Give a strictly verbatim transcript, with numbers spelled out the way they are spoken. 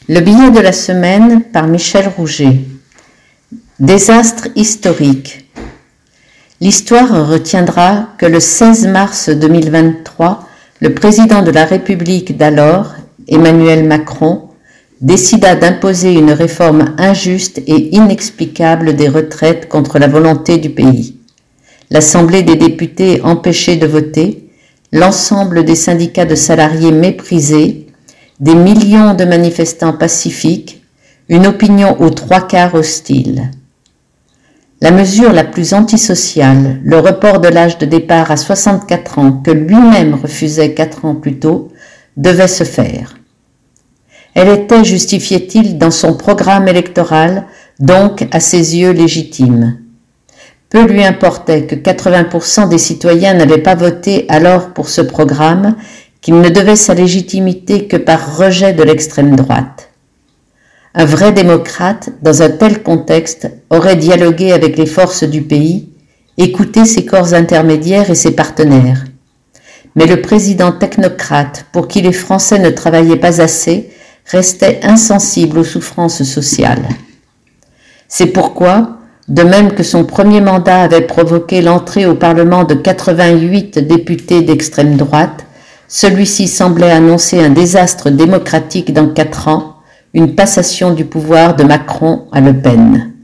Le billet de la semaine par Michel Rouget. Désastre historique. L'histoire retiendra que le seize mars deux mille vingt-trois, le président de la République d'alors, Emmanuel Macron, décida d'imposer une réforme injuste et inexplicable des retraites contre la volonté du pays. L'Assemblée des députés empêchée de voter, l'ensemble des syndicats de salariés méprisés, des millions de manifestants pacifiques, une opinion aux trois quarts hostile. La mesure la plus antisociale, le report de l'âge de départ à soixante-quatre ans que lui-même refusait quatre ans plus tôt, devait se faire. Elle était, justifiait-il, dans son programme électoral, donc à ses yeux légitime. Peu lui importait que quatre-vingts pour cent des citoyens n'avaient pas voté alors pour ce programme, qu'il ne devait sa légitimité que par rejet de l'extrême droite. Un vrai démocrate, dans un tel contexte, aurait dialogué avec les forces du pays, écouté ses corps intermédiaires et ses partenaires. Mais le président technocrate, pour qui les Français ne travaillaient pas assez, restait insensible aux souffrances sociales. C'est pourquoi, de même que son premier mandat avait provoqué l'entrée au Parlement de quatre-vingt-huit députés d'extrême droite, celui-ci semblait annoncer un désastre démocratique dans quatre ans, une passation du pouvoir de Macron à Le Pen.